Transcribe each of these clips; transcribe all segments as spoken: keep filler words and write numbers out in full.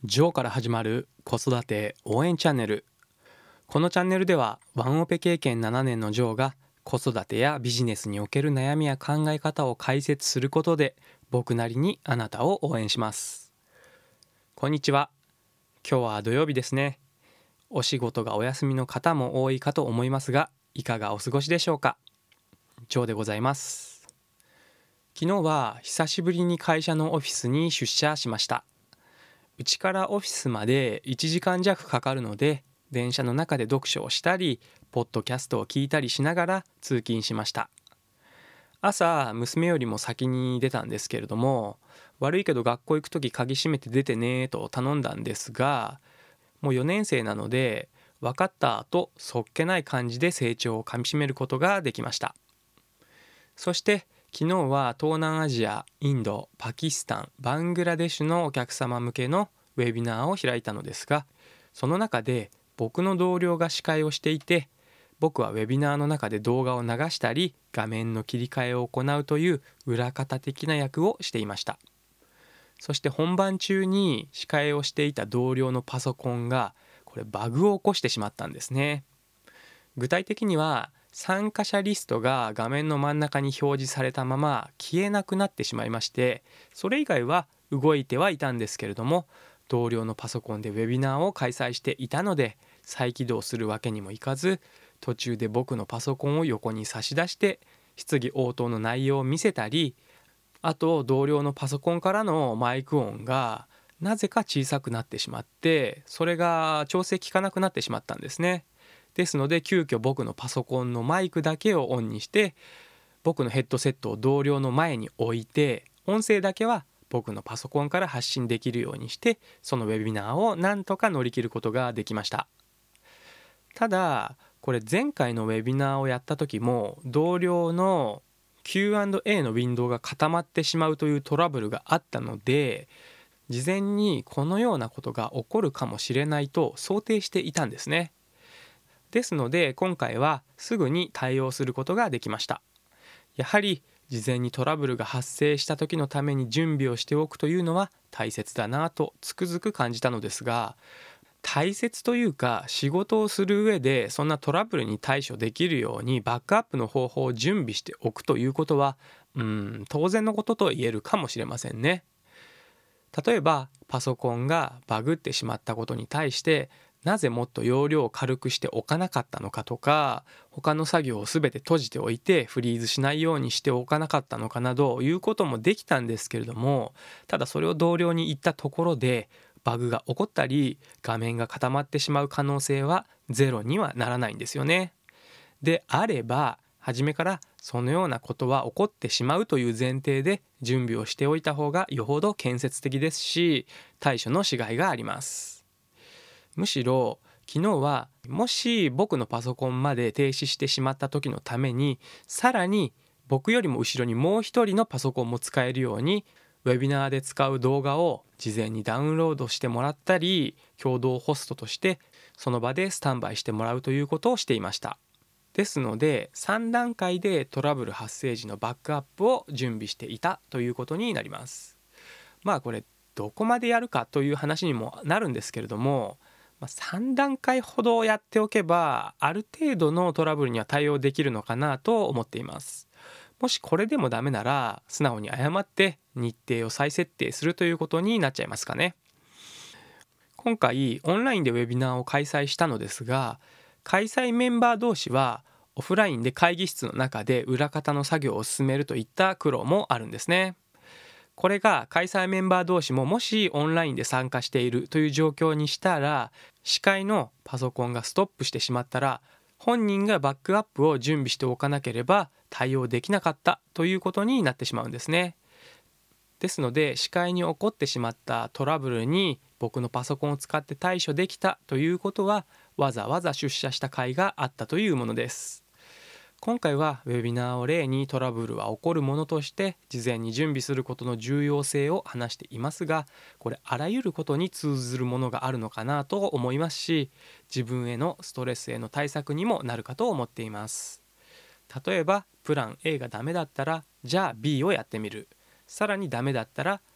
ジョーから始まる子育て応援チャンネル。このチャンネルではワンオペ経験ななねんのジョーが子育てやビジネスにおける悩みや考え方を解説することで僕なりにあなたを応援します。こんにちは。今日は土曜日ですね。お仕事がお休みの方も多いかと思いますが、いかがお過ごしでしょうか。ジョーでございます。昨日は久しぶりに会社のオフィスに出社しました。うちからオフィスまでいちじかん弱かかるので、電車の中で読書をしたりポッドキャストを聞いたりしながら通勤しました。朝娘よりも先に出たんですけれども、悪いけど学校行く時鍵閉めて出てねと頼んだんですが、もうよねん生なので分かったとそっけない感じで成長をかみしめることができました。そして昨日は東南アジア、インド、パキスタン、バングラデシュのお客様向けのウェビナーを開いたのですが、その中で僕の同僚が司会をしていて、僕はウェビナーの中で動画を流したり画面の切り替えを行うという裏方的な役をしていました。そして本番中に司会をしていた同僚のパソコンがこれバグを起こしてしまったんですね。具体的には参加者リストが画面の真ん中に表示されたまま消えなくなってしまいまして、それ以外は動いてはいたんですけれども、同僚のパソコンでウェビナーを開催していたので再起動するわけにもいかず、途中で僕のパソコンを横に差し出して質疑応答の内容を見せたり、あと同僚のパソコンからのマイク音がなぜか小さくなってしまって、それが調整効かなくなってしまったんですね。ですので急遽僕のパソコンのマイクだけをオンにして、僕のヘッドセットを同僚の前に置いて、音声だけは僕のパソコンから発信できるようにして、そのウェビナーをなんとか乗り切ることができました。ただこれ前回のウェビナーをやった時も同僚の キューアンドエー のウィンドウが固まってしまうというトラブルがあったので、事前にこのようなことが起こるかもしれないと想定していたんですね。ですので今回はすぐに対応することができました。やはり事前にトラブルが発生した時のために準備をしておくというのは大切だなとつくづく感じたのですが、大切というか仕事をする上でそんなトラブルに対処できるようにバックアップの方法を準備しておくということはうーん当然のことと言えるかもしれませんね。例えばパソコンがバグってしまったことに対してなぜもっと容量を軽くしておかなかったのかとか、他の作業をすべて閉じておいてフリーズしないようにしておかなかったのかなどいうこともできたんですけれども、ただそれを同僚に言ったところでバグが起こったり画面が固まってしまう可能性はゼロにはならないんですよね。であれば初めからそのようなことは起こってしまうという前提で準備をしておいた方がよほど建設的ですし、対処のしがいがあります。むしろ昨日はもし僕のパソコンまで停止してしまった時のために、さらに僕よりも後ろにもう一人のパソコンも使えるようにウェビナーで使う動画を事前にダウンロードしてもらったり、共同ホストとしてその場でスタンバイしてもらうということをしていました。ですのでさん段階でトラブル発生時のバックアップを準備していたということになります。まあこれどこまでやるかという話にもなるんですけれども、さん段階ほどやっておけばある程度のトラブルには対応できるのかなと思っています。もしこれでもダメなら素直に謝って日程を再設定するということになっちゃいますかね。今回オンラインでウェビナーを開催したのですが、開催メンバー同士はオフラインで会議室の中で裏方の作業を進めるといった苦労もあるんですね。これが開催メンバー同士ももしオンラインで参加しているという状況にしたら、司会のパソコンがストップしてしまったら本人がバックアップを準備しておかなければ対応できなかったということになってしまうんですね。ですので司会に起こってしまったトラブルに僕のパソコンを使って対処できたということはわざわざ出社した甲斐があったというものです。今回はウェビナーを例にトラブルは起こるものとして事前に準備することの重要性を話していますが、これあらゆることに通ずるものがあるのかなと思いますし、自分へのストレスへの対策にもなるかと思っています。例えばプラン A がダメだったらじゃあ B をやってみる、さらにダメだったら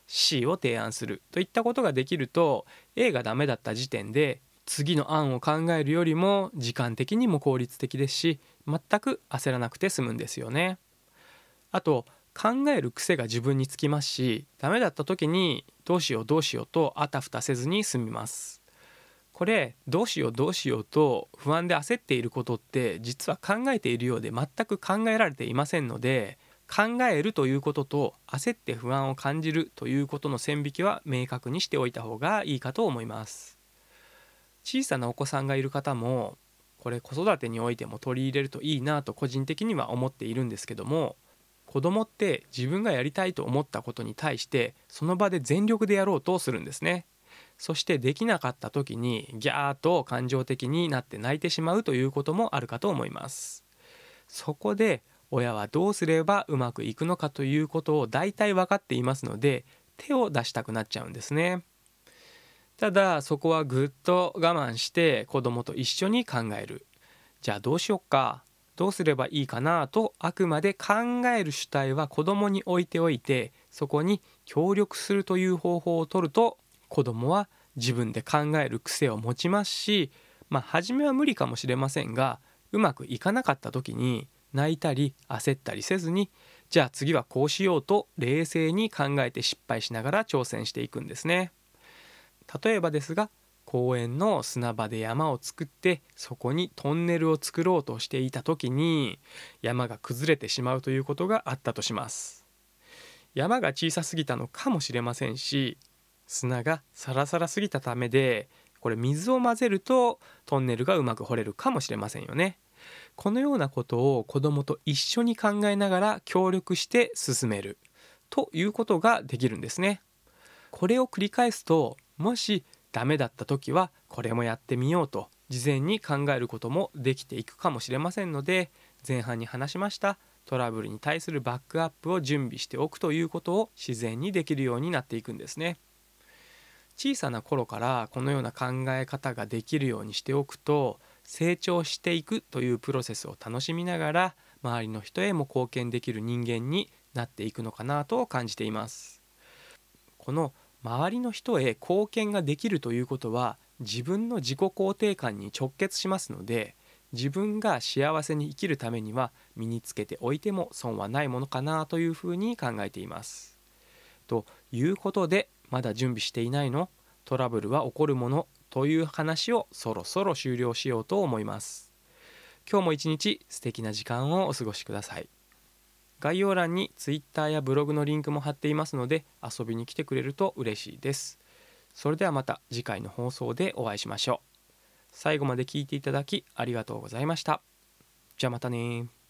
C を提案するといったことができると、 A がダメだった時点で次の案を考えるよりも時間的にも効率的ですし、全く焦らなくて済むんですよね。あと、考える癖が自分につきますし、ダメだった時にどうしようどうしようとあたふたせずに済みます。これ、どうしようどうしようと不安で焦っていることって実は考えているようで全く考えられていませんので、考えるということと焦って不安を感じるということの線引きは明確にしておいた方がいいかと思います。小さなお子さんがいる方も、これ子育てにおいても取り入れるといいなと個人的には思っているんですけども、子供って自分がやりたいと思ったことに対してその場で全力でやろうとするんですね。そしてできなかった時にギャーっと感情的になって泣いてしまうということもあるかと思います。そこで親はどうすればうまくいくのかということを大体分かっていますので、手を出したくなっちゃうんですね。ただそこはぐっと我慢して子供と一緒に考える。じゃあどうしよっか、どうすればいいかなとあくまで考える主体は子供に置いておいて、そこに協力するという方法を取ると、子供は自分で考える癖を持ちますし、まあ初めは無理かもしれませんが、うまくいかなかった時に泣いたり焦ったりせずに、じゃあ次はこうしようと冷静に考えて失敗しながら挑戦していくんですね。例えばですが、公園の砂場で山を作ってそこにトンネルを作ろうとしていた時に山が崩れてしまうということがあったとします。山が小さすぎたのかもしれませんし、砂がサラサラすぎたためで、これ水を混ぜるとトンネルがうまく掘れるかもしれませんよね。このようなことを子どもと一緒に考えながら協力して進めるということができるんですね。これを繰り返すと、もしダメだった時はこれもやってみようと事前に考えることもできていくかもしれませんので、前半に話しましたトラブルに対するバックアップを準備しておくということを自然にできるようになっていくんですね。小さな頃からこのような考え方ができるようにしておくと、成長していくというプロセスを楽しみながら周りの人へも貢献できる人間になっていくのかなと感じています。この周りの人へ貢献ができるということは自分の自己肯定感に直結しますので、自分が幸せに生きるためには身につけておいても損はないものかなというふうに考えています。ということで、まだ準備していないの？トラブルは起こるものという話をそろそろ終了しようと思います。今日も一日素敵な時間をお過ごしください。概要欄に Twitter やブログのリンクも貼っていますので、遊びに来てくれると嬉しいです。それではまた次回の放送でお会いしましょう。最後まで聞いていただきありがとうございました。じゃあまたね。